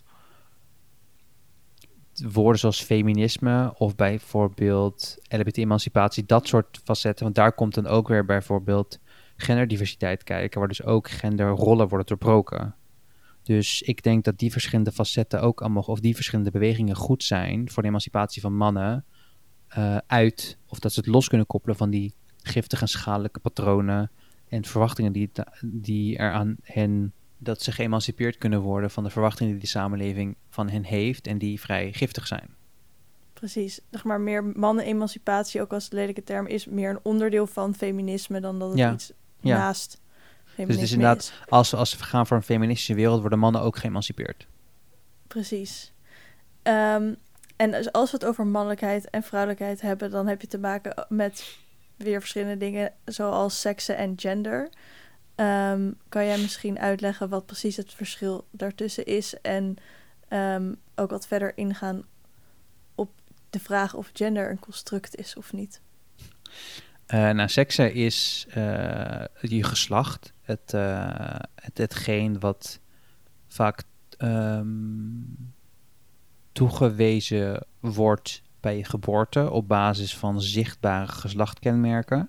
woorden zoals feminisme of bijvoorbeeld LGBT-emancipatie, dat soort facetten, want daar komt dan ook weer bijvoorbeeld genderdiversiteit kijken, waar dus ook genderrollen worden doorbroken. Dus ik denk dat die verschillende facetten ook allemaal, of die verschillende bewegingen goed zijn voor de emancipatie van mannen of dat ze het los kunnen koppelen van die giftige en schadelijke patronen en verwachtingen die er aan hen, dat ze geëmancipeerd kunnen worden van de verwachtingen die de samenleving van hen heeft en die vrij giftig zijn.
Precies, zeg maar meer mannen-emancipatie, ook als lelijke term, is meer een onderdeel van feminisme dan dat het iets naast feminisme
dus het is inderdaad, als we gaan voor een feministische wereld, worden mannen ook geëmancipeerd.
Precies. En dus als we het over mannelijkheid en vrouwelijkheid hebben, dan heb je te maken met weer verschillende dingen, zoals seksen en gender. Kan jij misschien uitleggen wat precies het verschil daartussen is en ook wat verder ingaan op de vraag of gender een construct is of niet?
Seksen is je geslacht, hetgeen wat vaak toegewezen wordt bij je geboorte op basis van zichtbare geslachtkenmerken.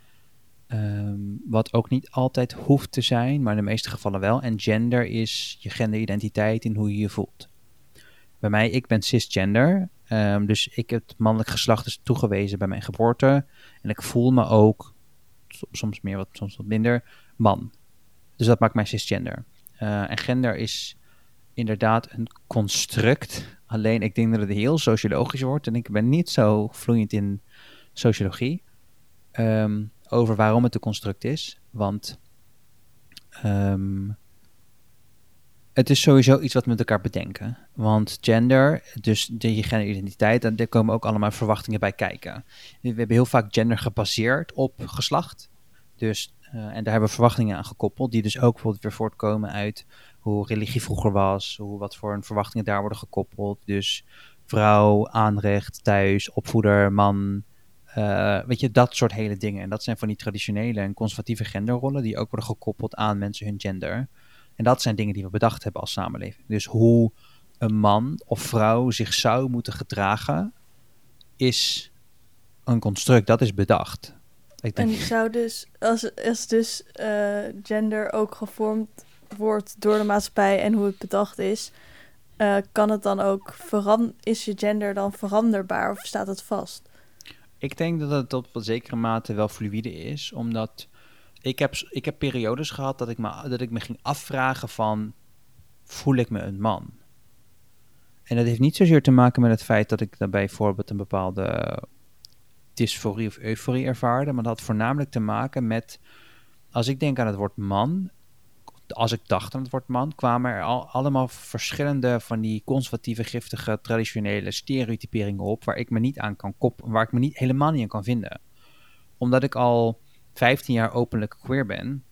Wat ook niet altijd hoeft te zijn, maar in de meeste gevallen wel. En gender is je genderidentiteit in hoe je je voelt. Bij mij, ik ben cisgender, dus het mannelijk geslacht is toegewezen bij mijn geboorte. En ik voel me ook, soms meer, soms wat minder, man. Dus dat maakt mij cisgender. En gender is inderdaad een construct. Alleen ik denk dat het heel sociologisch wordt. En ik ben niet zo vloeiend in sociologie. Over waarom het een construct is. Want het is sowieso iets wat we met elkaar bedenken. Want gender, dus je genderidentiteit, daar komen ook allemaal verwachtingen bij kijken. We hebben heel vaak gender gebaseerd op geslacht. Dus, en daar hebben we verwachtingen aan gekoppeld, die dus ook bijvoorbeeld weer voortkomen uit hoe religie vroeger was, wat voor een verwachtingen daar worden gekoppeld. Dus vrouw, aanrecht, thuis, opvoeder, man, weet je, dat soort hele dingen. En dat zijn van die traditionele en conservatieve genderrollen die ook worden gekoppeld aan mensen hun gender. En dat zijn dingen die we bedacht hebben als samenleving. Dus hoe een man of vrouw zich zou moeten gedragen, is een construct, dat is bedacht. Ik denk,
En zou dus, als dus gender ook gevormd wordt door de maatschappij en hoe het bedacht is, kan het dan ook is je gender dan veranderbaar of staat het vast?
ik denk dat het op een zekere mate wel fluïde is, omdat ik heb periodes gehad dat ik me ging afvragen van, voel ik me een man? En dat heeft niet zozeer te maken met het feit dat ik daarbij bijvoorbeeld een bepaalde dysforie of euforie ervaarde, maar dat had voornamelijk te maken met, als ik denk aan het woord man, als ik dacht aan het woord man, kwamen er allemaal verschillende van die conservatieve, giftige, traditionele stereotyperingen op, waar ik me niet aan kan koppelen, waar ik me helemaal niet aan kan vinden. Omdat ik al 15 jaar openlijk queer ben,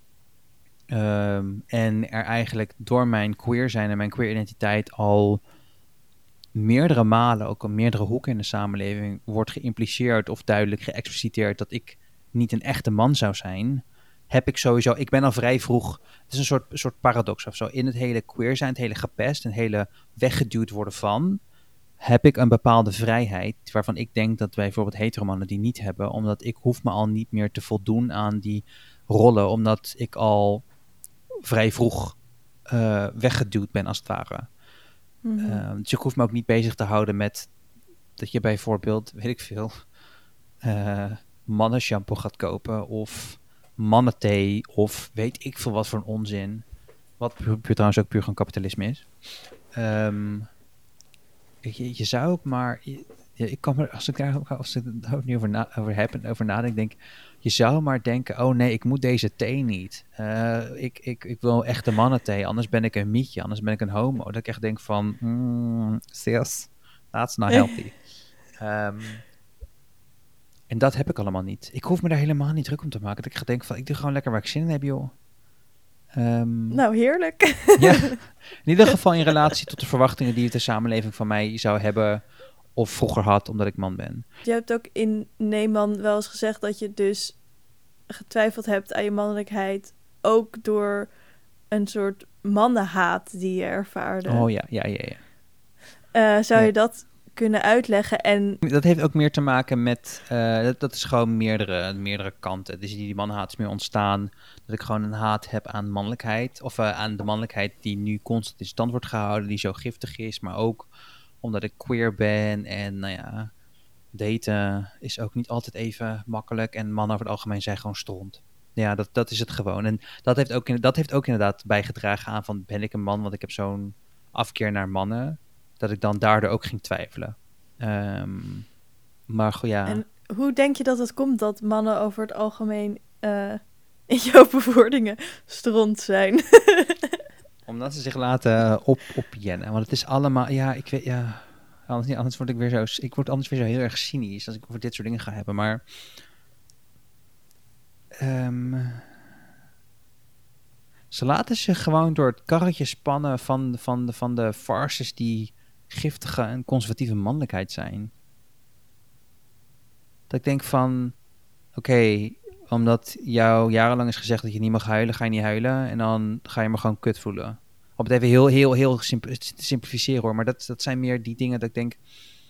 en er eigenlijk door mijn queer zijn en mijn queer identiteit al meerdere malen, ook op meerdere hoeken in de samenleving, wordt geïmpliceerd of duidelijk geëxpliciteerd dat ik niet een echte man zou zijn, heb ik sowieso, ik ben al vrij vroeg, het is een soort paradox of zo, in het hele queer zijn, het hele gepest, het hele weggeduwd worden van, heb ik een bepaalde vrijheid, waarvan ik denk dat wij bijvoorbeeld heteromannen die niet hebben, omdat ik hoef me al niet meer te voldoen aan die rollen, omdat ik al vrij vroeg weggeduwd ben als het ware.
Mm-hmm.
Dus ik hoef me ook niet bezig te houden met dat je bijvoorbeeld, weet ik veel, mannenshampoo gaat kopen of mannenthee of weet ik veel wat voor een onzin. Wat trouwens ook puur gewoon kapitalisme is. Je zou ook maar, ik kan me, als ik daar nu over heb en over nadenk, denk je zou maar denken, oh nee, ik moet deze thee niet. Ik wil echte mannenthee, anders ben ik een mietje, anders ben ik een homo. Dat ik echt denk van, sis, that's not healthy. En dat heb ik allemaal niet. Ik hoef me daar helemaal niet druk om te maken. Dat ik ga denken van, ik doe gewoon lekker waar ik zin in heb, joh.
Nou, heerlijk.
Ja, in ieder geval in relatie tot de verwachtingen die de samenleving van mij zou hebben of vroeger had, omdat ik man ben.
Je hebt ook in Neeman wel eens gezegd dat je dus getwijfeld hebt aan je mannelijkheid, ook door een soort mannenhaat die je ervaarde.
Oh ja.
Zou je dat kunnen uitleggen? En
dat heeft ook meer te maken met, dat is gewoon meerdere kanten. Dus die mannenhaat is meer ontstaan dat ik gewoon een haat heb aan mannelijkheid, of aan de mannelijkheid die nu constant in stand wordt gehouden, die zo giftig is, maar ook omdat ik queer ben en nou ja, daten is ook niet altijd even makkelijk en mannen over het algemeen zijn gewoon stront. Ja, dat is het gewoon. En dat heeft ook inderdaad bijgedragen aan van, ben ik een man, want ik heb zo'n afkeer naar mannen, dat ik dan daardoor ook ging twijfelen. Maar goed, ja.
En hoe denk je dat het komt dat mannen over het algemeen in jouw bewoordingen stront zijn?
Omdat ze zich laten opjennen. Want het is allemaal, ja, ik weet, ja. Anders word ik weer zo, anders weer zo heel erg cynisch als ik over dit soort dingen ga hebben. Maar ze laten zich gewoon door het karretje spannen van de farces die giftige en conservatieve mannelijkheid zijn. Dat ik denk van, oké, omdat jou jarenlang is gezegd dat je niet mag huilen, ga je niet huilen. En dan ga je me gewoon kut voelen. Om het even heel te simplificeren hoor. Maar dat zijn meer die dingen dat ik denk,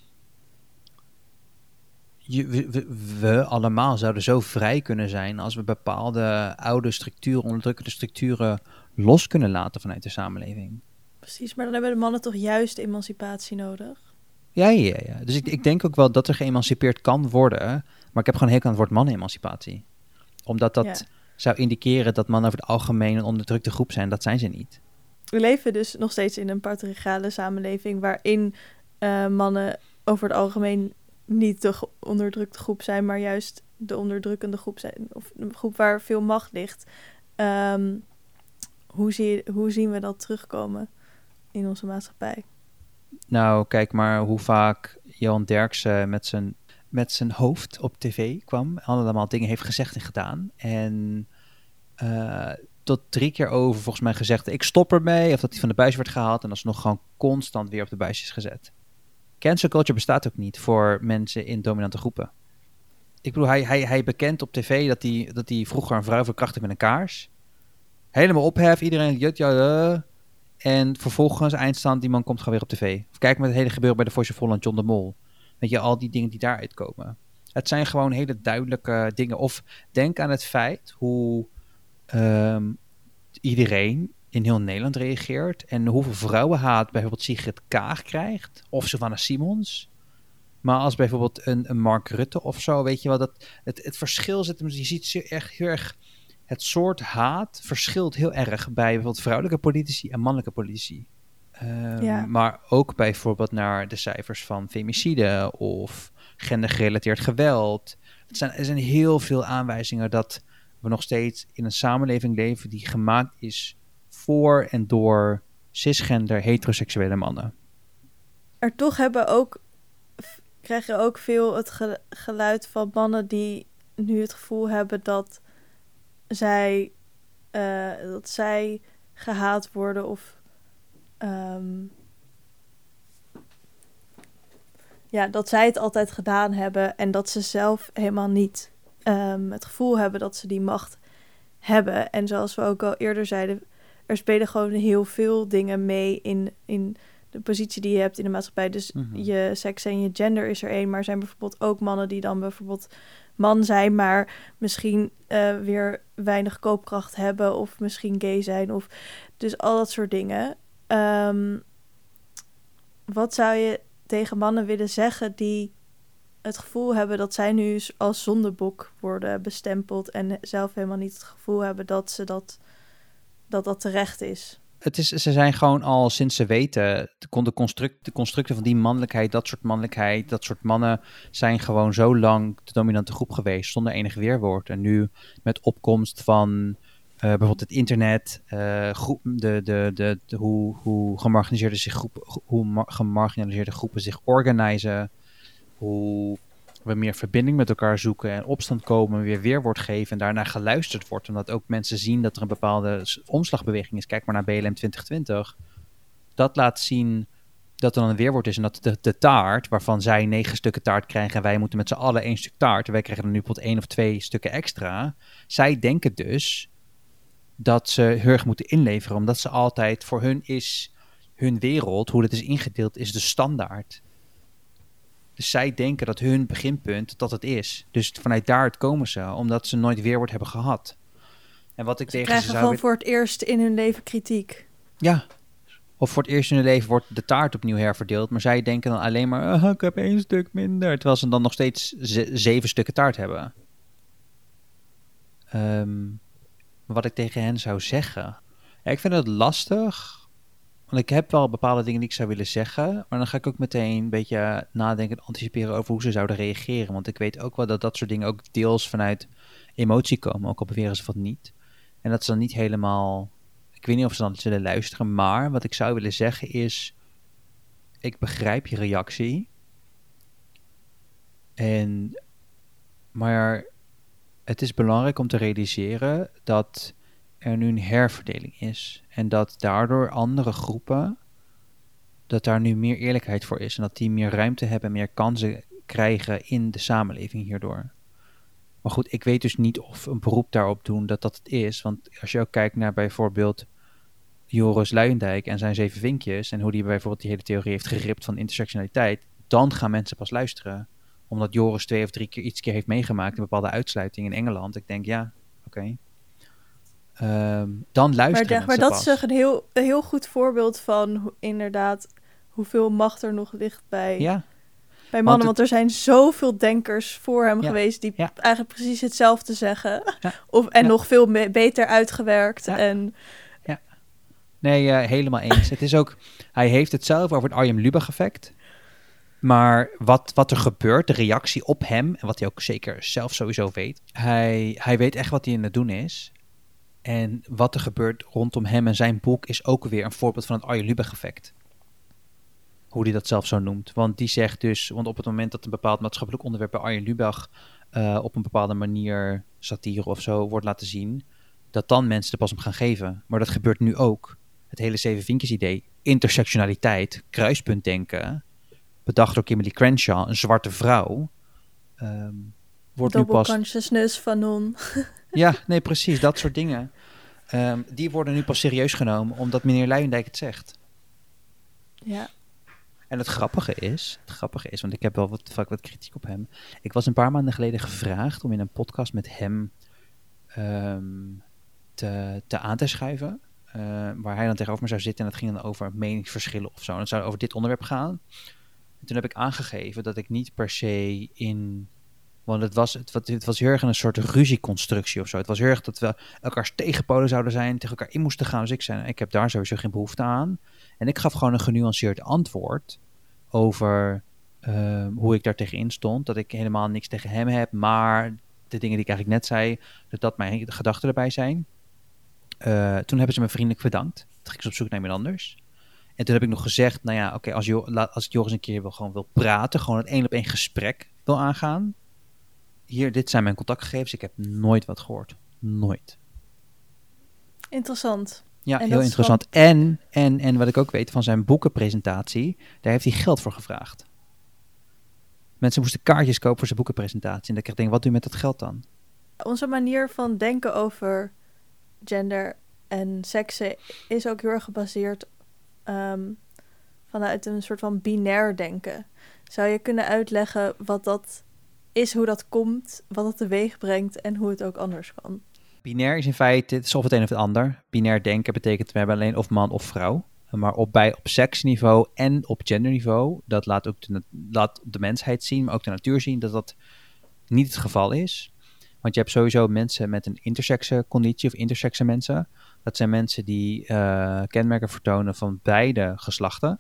we allemaal zouden zo vrij kunnen zijn als we bepaalde oude structuren, onderdrukkende structuren los kunnen laten vanuit de samenleving.
Precies, maar dan hebben de mannen toch juist emancipatie nodig?
Ja. Dus ik denk ook wel dat er geëmancipeerd kan worden, maar ik heb gewoon hekel aan het woord mannenemancipatie. Omdat dat zou indiceren dat mannen over het algemeen een onderdrukte groep zijn. Dat zijn ze niet.
We leven dus nog steeds in een patriarchale samenleving waarin mannen over het algemeen niet de onderdrukte groep zijn, maar juist de onderdrukkende groep zijn. Of een groep waar veel macht ligt. Hoe zien we dat terugkomen in onze maatschappij?
Nou, kijk maar hoe vaak Johan Derksen met zijn hoofd op tv kwam. Allemaal dingen heeft gezegd en gedaan. En tot 3 keer over volgens mij gezegd, ik stop ermee. Of dat hij van de buis werd gehaald en alsnog gewoon constant weer op de buis is gezet. Cancel culture bestaat ook niet voor mensen in dominante groepen. Ik bedoel, hij bekent op tv dat hij vroeger een vrouw verkrachtte met een kaars. Helemaal ophef, iedereen en vervolgens eindstand, die man komt gewoon weer op tv. Of kijk met het hele gebeuren bij de Voice of Holland, John de Mol. Weet je, al die dingen die daaruit komen. Het zijn gewoon hele duidelijke dingen. Of denk aan het feit hoe iedereen in heel Nederland reageert. En hoeveel vrouwenhaat bijvoorbeeld Sigrid Kaag krijgt. Of Sylvana Simons. Maar als bijvoorbeeld een Mark Rutte of zo, weet je wel, dat het verschil zit. Je ziet echt heel erg, het soort haat verschilt heel erg bij bijvoorbeeld vrouwelijke politici en mannelijke politici. Maar ook bijvoorbeeld naar de cijfers van femicide of gendergerelateerd geweld. Er zijn heel veel aanwijzingen dat we nog steeds in een samenleving leven die gemaakt is voor en door cisgender heteroseksuele mannen.
Er toch krijg je ook veel het geluid van mannen die nu het gevoel hebben dat zij gehaat worden of dat zij het altijd gedaan hebben en dat ze zelf helemaal niet het gevoel hebben dat ze die macht hebben. En zoals we ook al eerder zeiden, er spelen gewoon heel veel dingen mee in de positie die je hebt in de maatschappij. Dus je seks en je gender is er één, maar er zijn bijvoorbeeld ook mannen die dan bijvoorbeeld man zijn, maar misschien weer weinig koopkracht hebben of misschien gay zijn. Of dus al dat soort dingen. Wat zou je tegen mannen willen zeggen die het gevoel hebben dat zij nu als zondebok worden bestempeld en zelf helemaal niet het gevoel hebben dat dat terecht is?
Ze zijn gewoon al sinds ze weten, de constructen van die mannelijkheid, dat soort mannen zijn gewoon zo lang de dominante groep geweest zonder enig weerwoord. En nu met opkomst van bijvoorbeeld het internet, hoe gemarginaliseerde groepen zich organiseren, hoe we meer verbinding met elkaar zoeken en opstand komen, weer weerwoord geven en daarna geluisterd wordt. Omdat ook mensen zien dat er een bepaalde omslagbeweging is. Kijk maar naar BLM 2020. Dat laat zien dat er dan een weerwoord is en dat de taart, waarvan zij 9 stukken taart krijgen en wij moeten met z'n allen 1 stuk taart, en wij krijgen er nu bijvoorbeeld 1 of 2 stukken extra. Zij denken dus dat ze heel erg moeten inleveren, omdat ze altijd, voor hun is hun wereld, hoe het is ingedeeld, is de standaard. Dus zij denken dat hun beginpunt dat het is. Dus vanuit daar komen ze, omdat ze nooit weerwoord hebben gehad. En wat ik
ze
tegen
krijgen
ze
gewoon voor het eerst in hun leven kritiek.
Ja, of voor het eerst in hun leven wordt de taart opnieuw herverdeeld, maar zij denken dan alleen maar, ik heb 1 stuk minder, terwijl ze dan nog steeds 7 stukken taart hebben. Wat ik tegen hen zou zeggen, ik vind het lastig. Want ik heb wel bepaalde dingen die ik zou willen zeggen, maar dan ga ik ook meteen een beetje nadenken en anticiperen over hoe ze zouden reageren. Want ik weet ook wel dat soort dingen ook deels vanuit emotie komen, ook al beweren ze van niet. En dat ze dan niet helemaal, ik weet niet of ze dan zullen luisteren, maar wat ik zou willen zeggen is, ik begrijp je reactie. Maar het is belangrijk om te realiseren dat er nu een herverdeling is. En dat daardoor andere groepen, dat daar nu meer eerlijkheid voor is. En dat die meer ruimte hebben, meer kansen krijgen in de samenleving hierdoor. Maar goed, ik weet dus niet of een beroep daarop doen dat het is. Want als je ook kijkt naar bijvoorbeeld Joris Luijendijk en zijn 7 vinkjes, en hoe die bijvoorbeeld die hele theorie heeft geript van intersectionaliteit, dan gaan mensen pas luisteren. Omdat Joris 2 of 3 keer iets heeft meegemaakt, een bepaalde uitsluiting in Engeland. Ik denk, ja, oké. Dan luisteren
maar dat is een heel goed voorbeeld van inderdaad hoeveel macht er nog ligt bij mannen. Want er zijn zoveel denkers voor hem geweest die eigenlijk precies hetzelfde zeggen. Ja. Nog veel beter uitgewerkt. Ja.
Nee, helemaal eens. Het is ook, hij heeft het zelf over het Arjen Lubach effect. Maar wat er gebeurt, de reactie op hem, en wat hij ook zeker zelf sowieso weet. Hij weet echt wat hij aan het doen is. En wat er gebeurt rondom hem en zijn boek is ook weer een voorbeeld van het Arjen Lubach effect. Hoe hij dat zelf zo noemt. Want die zegt dus, want op het moment dat een bepaald maatschappelijk onderwerp bij Arjen Lubach op een bepaalde manier, satire of zo, wordt laten zien, dat dan mensen er pas om gaan geven. Maar dat gebeurt nu ook. Het hele 7 vinkjes idee, intersectionaliteit, kruispuntdenken, bedacht door Kimberly Crenshaw, een zwarte vrouw, wordt nu
Double
pas...
consciousness van non.
Ja, nee, precies, dat soort dingen. Die worden nu pas serieus genomen, omdat meneer Luijendijk het zegt.
Ja.
En het grappige is, want ik heb wel vaak wat kritiek op hem. Ik was een paar maanden geleden gevraagd om in een podcast met hem te aan te schuiven. Waar hij dan tegenover me zou zitten en dat ging dan over meningsverschillen of zo. En dat zou over dit onderwerp gaan. En toen heb ik aangegeven dat ik niet per se in... Want het was heel erg een soort ruzieconstructie of zo. Het was heel erg dat we elkaars tegenpolen zouden zijn, tegen elkaar in moesten gaan. Dus ik heb daar sowieso geen behoefte aan. En ik gaf gewoon een genuanceerd antwoord over hoe ik daar tegenin stond. Dat ik helemaal niks tegen hem heb, maar de dingen die ik eigenlijk net zei, dat mijn gedachten erbij zijn. Toen hebben ze me vriendelijk bedankt. Toen ging ik op zoek naar iemand anders. En toen heb ik nog gezegd, nou ja, oké, als ik Joris een keer wil praten, gewoon een 1-op-1 gesprek wil aangaan. Hier, dit zijn mijn contactgegevens. Ik heb nooit wat gehoord. Nooit.
Interessant.
Ja, heel interessant. En wat ik ook weet van zijn boekenpresentatie, daar heeft hij geld voor gevraagd. Mensen moesten kaartjes kopen voor zijn boekenpresentatie. En dan kreeg ik denk, wat doe je met dat geld dan?
Onze manier van denken over gender en seksen is ook heel erg gebaseerd vanuit een soort van binair denken. Zou je kunnen uitleggen wat dat is, hoe dat komt, wat het teweeg brengt en hoe het ook anders kan?
Binair is in feite, het is of het een of het ander. Binair denken betekent, we hebben alleen of man of vrouw. Maar op seksniveau en op genderniveau, dat laat de mensheid zien, maar ook de natuur zien, dat dat niet het geval is. Want je hebt sowieso mensen met een intersexe conditie of intersexe mensen. Dat zijn mensen die kenmerken vertonen van beide geslachten.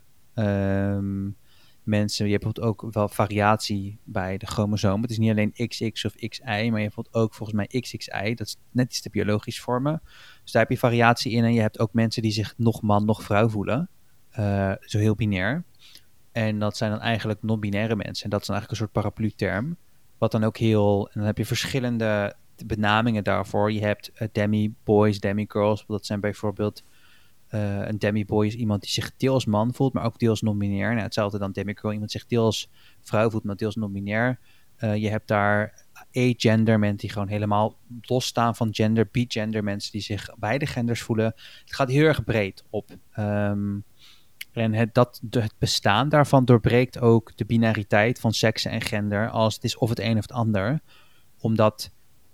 Mensen, je hebt bijvoorbeeld ook wel variatie bij de chromosomen. Het is niet alleen XX of XY, maar je hebt bijvoorbeeld ook volgens mij XXY. Dat is net iets te biologisch vormen. Dus daar heb je variatie in. En je hebt ook mensen die zich nog man, nog vrouw voelen. Zo heel binair. En dat zijn dan eigenlijk non-binaire mensen. En dat is dan eigenlijk een soort paraplu-term. Wat dan ook en dan heb je verschillende benamingen daarvoor. Je hebt demi-boys, demi-girls. Dat zijn bijvoorbeeld... een demi-boy is iemand die zich deels man voelt, maar ook deels non-binair. Nou, hetzelfde dan demi-girl, iemand zich deels vrouw voelt, maar deels non-binair. Je hebt daar agender, mensen die gewoon helemaal losstaan van gender. Bigender, mensen die zich beide genders voelen. Het gaat heel erg breed op. En het bestaan daarvan doorbreekt ook de binariteit van seksen en gender, als het is of het een of het ander. Omdat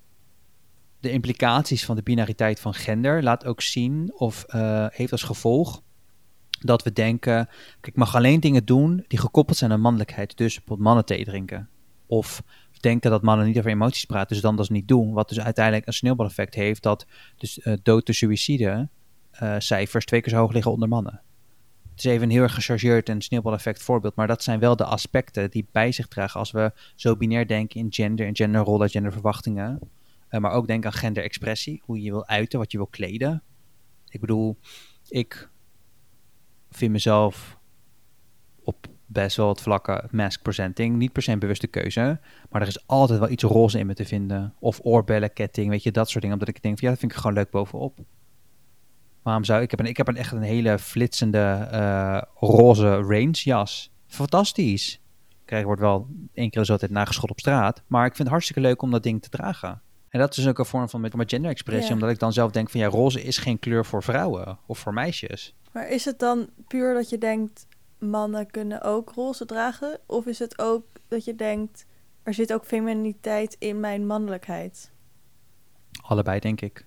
de implicaties van de binariteit van gender laat ook zien of heeft als gevolg dat we denken, ik mag alleen dingen doen die gekoppeld zijn aan mannelijkheid. Dus bijvoorbeeld mannen thee drinken. Of denken dat mannen niet over emoties praten, dus dan dat niet doen. Wat dus uiteindelijk een sneeuwbaleffect heeft dat dus dood door suïcide cijfers 2 keer zo hoog liggen onder mannen. Het is even een heel erg gechargeerd en sneeuwbaleffect voorbeeld, maar dat zijn wel de aspecten die bij zich dragen als we zo binair denken in gender en genderrollen, genderverwachtingen. Maar ook denk aan genderexpressie, hoe je je wil uiten, wat je wil kleden. Ik bedoel, ik vind mezelf op best wel wat vlakken mask presenting. Niet per se een bewuste keuze, maar er is altijd wel iets roze in me te vinden. Of oorbellen, ketting, weet je, dat soort dingen. Omdat ik denk van ja, dat vind ik gewoon leuk bovenop. Waarom zou ik heb echt een hele flitsende roze range jas. Fantastisch. Ik word wel 1 keer zo tijd nageschot op straat. Maar ik vind het hartstikke leuk om dat ding te dragen. En dat is ook een vorm van met genderexpressie. Ja. Omdat ik dan zelf denk van ja, roze is geen kleur voor vrouwen of voor meisjes.
Maar is het dan puur dat je denkt, mannen kunnen ook roze dragen? Of is het ook dat je denkt, er zit ook feminiteit in mijn mannelijkheid?
Allebei, denk ik.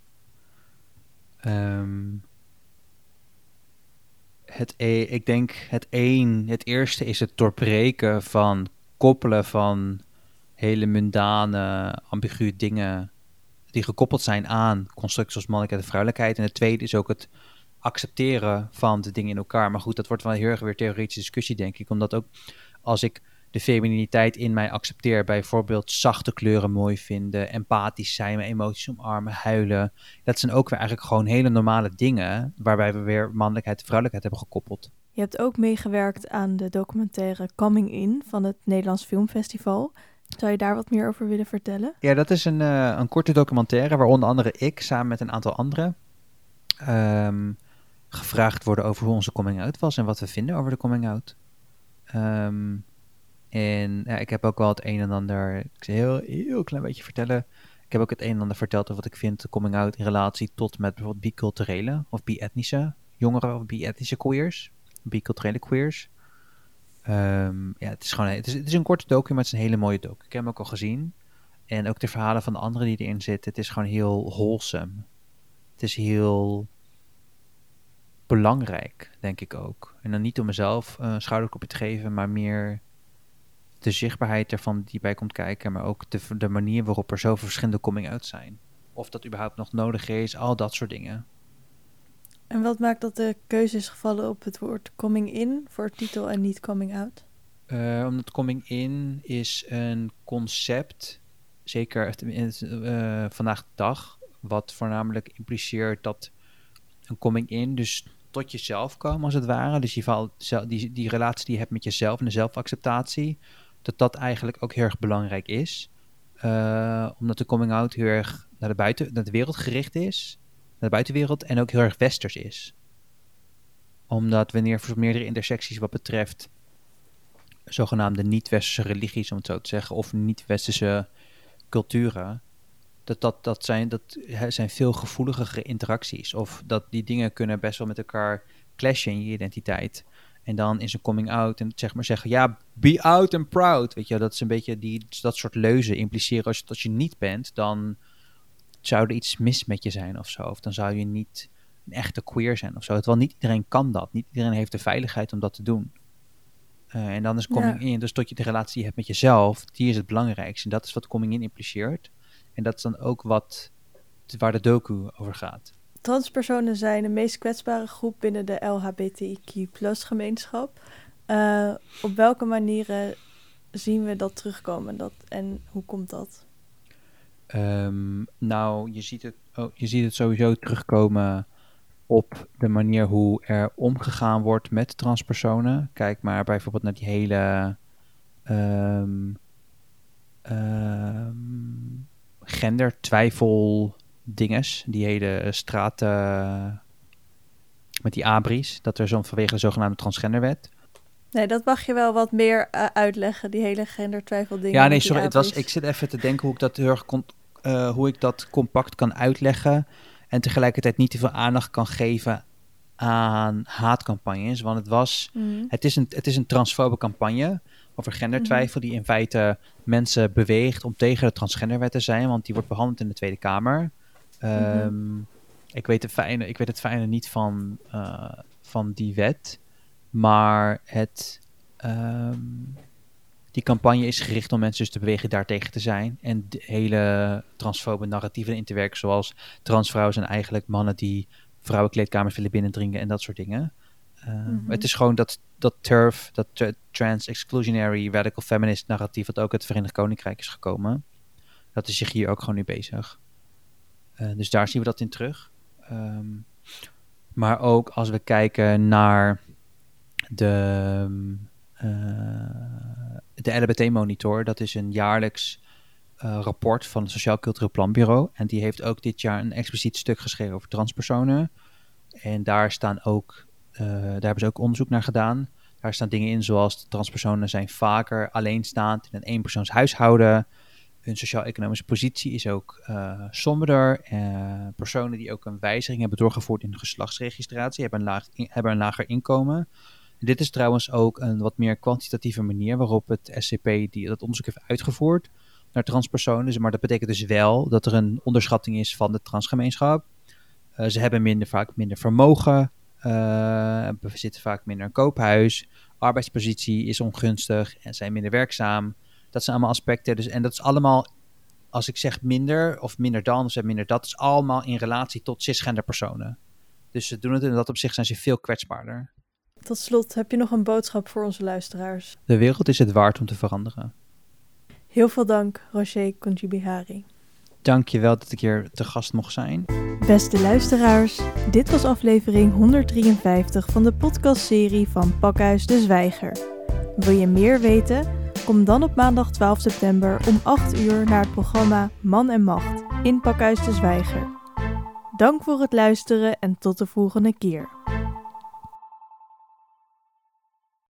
Ik denk het eerste is het doorbreken van koppelen van hele mundane, ambiguë dingen die gekoppeld zijn aan constructies als mannelijkheid en vrouwelijkheid. En het tweede is ook het accepteren van de dingen in elkaar. Maar goed, dat wordt wel heel erg weer theoretische discussie, denk ik. Omdat ook als ik de femininiteit in mij accepteer, bijvoorbeeld zachte kleuren mooi vinden, empathisch zijn, mijn emoties omarmen, huilen. Dat zijn ook weer eigenlijk gewoon hele normale dingen waarbij we weer mannelijkheid en vrouwelijkheid hebben gekoppeld.
Je hebt ook meegewerkt aan de documentaire Coming In van het Nederlands Filmfestival. Zou je daar wat meer over willen vertellen?
Ja, dat is een korte documentaire waar onder andere ik samen met een aantal anderen gevraagd worden over hoe onze coming-out was en wat we vinden over de coming-out. En ja, ik heb ook wel het een en ander, ik zal heel klein beetje vertellen. Ik heb ook het een en ander verteld over wat ik vind de coming-out in relatie tot met bijvoorbeeld biculturele of bi-etnische jongeren of bi-etnische queers, biculturele queers. Ja, het is een korte docu, maar het is een hele mooie docu. Ik heb hem ook al gezien. En ook de verhalen van de anderen die erin zitten. Het is gewoon heel wholesome. Het is heel belangrijk, denk ik ook. En dan niet om mezelf een schouderklopje te geven, maar meer de zichtbaarheid ervan die bij komt kijken. Maar ook de manier waarop er zoveel verschillende coming-out zijn. Of dat überhaupt nog nodig is, al dat soort dingen.
En wat maakt dat de keuze is gevallen op het woord coming in voor titel en niet coming out?
Omdat coming in is een concept, zeker vandaag de dag, wat voornamelijk impliceert dat een coming in dus tot jezelf komen als het ware. Dus die relatie die je hebt met jezelf en de zelfacceptatie, dat eigenlijk ook heel erg belangrijk is. Omdat de coming out heel erg naar de wereld gericht is, naar de buitenwereld en ook heel erg westers is. Omdat wanneer voor meerdere intersecties wat betreft zogenaamde niet-westerse religies, om het zo te zeggen, of niet-westerse culturen, dat zijn veel gevoeligere interacties. Of dat die dingen kunnen best wel met elkaar clashen in je identiteit. En dan is een coming out en zeg maar zeggen, ja, be out and proud. Weet je, dat is een beetje dat soort leuzen impliceren. Als je niet bent, dan zou er iets mis met je zijn of zo. Of dan zou je niet een echte queer zijn of zo. Terwijl niet iedereen kan dat. Niet iedereen heeft de veiligheid om dat te doen. En dan is coming in, dus tot je de relatie die je hebt met jezelf, die is het belangrijkste. En dat is wat coming in impliceert. En dat is dan ook waar de docu over gaat.
Transpersonen zijn de meest kwetsbare groep binnen de LHBTIQ+-gemeenschap. Op welke manieren zien we dat terugkomen en hoe komt dat?
Nou, je ziet het sowieso terugkomen op de manier hoe er omgegaan wordt met transpersonen. Kijk maar bijvoorbeeld naar die hele gendertwijfel dinges. Die hele straten met die abris. Dat er vanwege de zogenaamde transgenderwet.
Nee, dat mag je wel wat meer uitleggen, die hele gendertwijfel dingen.
Ja, nee, sorry. Ik zit even te denken hoe ik dat hoe ik dat compact kan uitleggen. En tegelijkertijd niet te veel aandacht kan geven aan haatcampagnes. Want het is een transfobe campagne over gendertwijfel die in feite mensen beweegt om tegen de transgenderwet te zijn. Want die wordt behandeld in de Tweede Kamer. Ik weet het fijne niet van die wet. Maar die campagne is gericht om mensen dus te bewegen daartegen te zijn. En de hele transfobe narratieven in te werken. Zoals transvrouwen zijn eigenlijk mannen die vrouwenkleedkamers willen binnendringen en dat soort dingen. Het is gewoon dat TERF, dat Trans Exclusionary Radical Feminist narratief, wat ook uit het Verenigd Koninkrijk is gekomen. Dat is zich hier ook gewoon nu bezig. Dus daar zien we dat in terug. Maar ook als we kijken naar de LHBT-monitor, dat is een jaarlijks rapport van het Sociaal Cultureel Planbureau. En die heeft ook dit jaar een expliciet stuk geschreven over transpersonen. En daar hebben ze ook onderzoek naar gedaan. Daar staan dingen in zoals transpersonen zijn vaker alleenstaand in een eenpersoons huishouden. Hun sociaal-economische positie is ook somberder. Personen die ook een wijziging hebben doorgevoerd in de geslachtsregistratie hebben een lager inkomen. Dit is trouwens ook een wat meer kwantitatieve manier waarop het SCP dat onderzoek heeft uitgevoerd naar transpersonen. Maar dat betekent dus wel dat er een onderschatting is van de transgemeenschap. Ze hebben vaak minder vermogen, bezitten vaak minder een koophuis, arbeidspositie is ongunstig en zijn minder werkzaam. Dat zijn allemaal aspecten. Dus, en dat is allemaal, als ik zeg minder of minder dan of minder dat, is allemaal in relatie tot cisgender personen. Dus ze doen het in dat opzicht zijn ze veel kwetsbaarder.
Tot slot, heb je nog een boodschap voor onze luisteraars?
De wereld is het waard om te veranderen.
Heel veel dank, Roger Kunjibihari.
Dank je wel dat ik hier te gast mocht zijn.
Beste luisteraars, dit was aflevering 153 van de podcastserie van Pakhuis de Zwijger. Wil je meer weten? Kom dan op maandag 12 september om 8 uur naar het programma Man en Macht in Pakhuis de Zwijger. Dank voor het luisteren en tot de volgende keer.